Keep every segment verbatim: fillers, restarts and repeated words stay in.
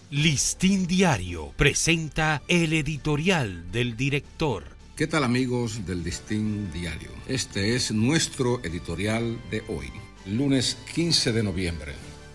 Listín Diario presenta el editorial del director. ¿Qué tal, amigos del Listín Diario? Este es nuestro editorial de hoy, lunes quince de noviembre.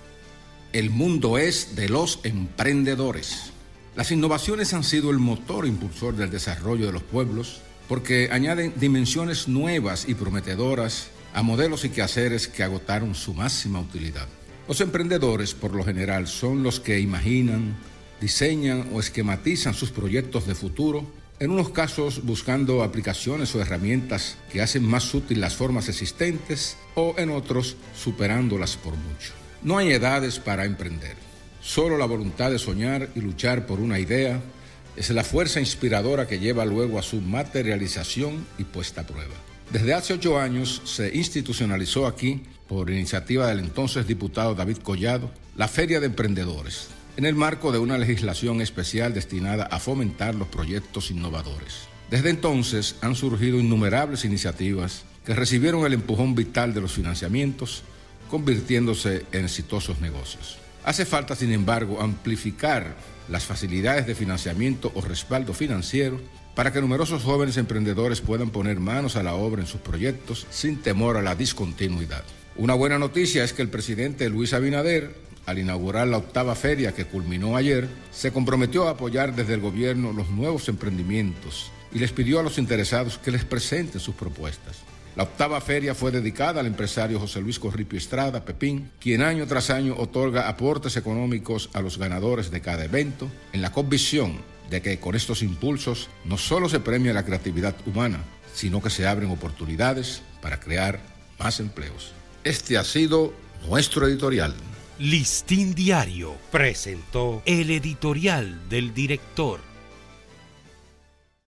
El mundo es de los emprendedores. Las innovaciones han sido el motor impulsor del desarrollo de los pueblos porque añaden dimensiones nuevas y prometedoras a modelos y quehaceres que agotaron su máxima utilidad. Los emprendedores, por lo general, son los que imaginan, diseñan o esquematizan sus proyectos de futuro, en unos casos buscando aplicaciones o herramientas que hacen más útiles las formas existentes o en otros superándolas por mucho. No hay edades para emprender. Solo la voluntad de soñar y luchar por una idea es la fuerza inspiradora que lleva luego a su materialización y puesta a prueba. Desde hace ocho años se institucionalizó aquí, por iniciativa del entonces diputado David Collado, la Feria de Emprendedores, en el marco de una legislación especial destinada a fomentar los proyectos innovadores. Desde entonces han surgido innumerables iniciativas que recibieron el empujón vital de los financiamientos, convirtiéndose en exitosos negocios. Hace falta, sin embargo, amplificar las facilidades de financiamiento o respaldo financiero para que numerosos jóvenes emprendedores puedan poner manos a la obra en sus proyectos sin temor a la discontinuidad. Una buena noticia es que el presidente Luis Abinader, al inaugurar la octava feria que culminó ayer, se comprometió a apoyar desde el gobierno los nuevos emprendimientos y les pidió a los interesados que les presenten sus propuestas. La octava feria fue dedicada al empresario José Luis Corripio Estrada, Pepín, quien año tras año otorga aportes económicos a los ganadores de cada evento, en la convicción de que con estos impulsos no solo se premia la creatividad humana, sino que se abren oportunidades para crear más empleos. Este ha sido nuestro editorial. Listín Diario presentó el editorial del director.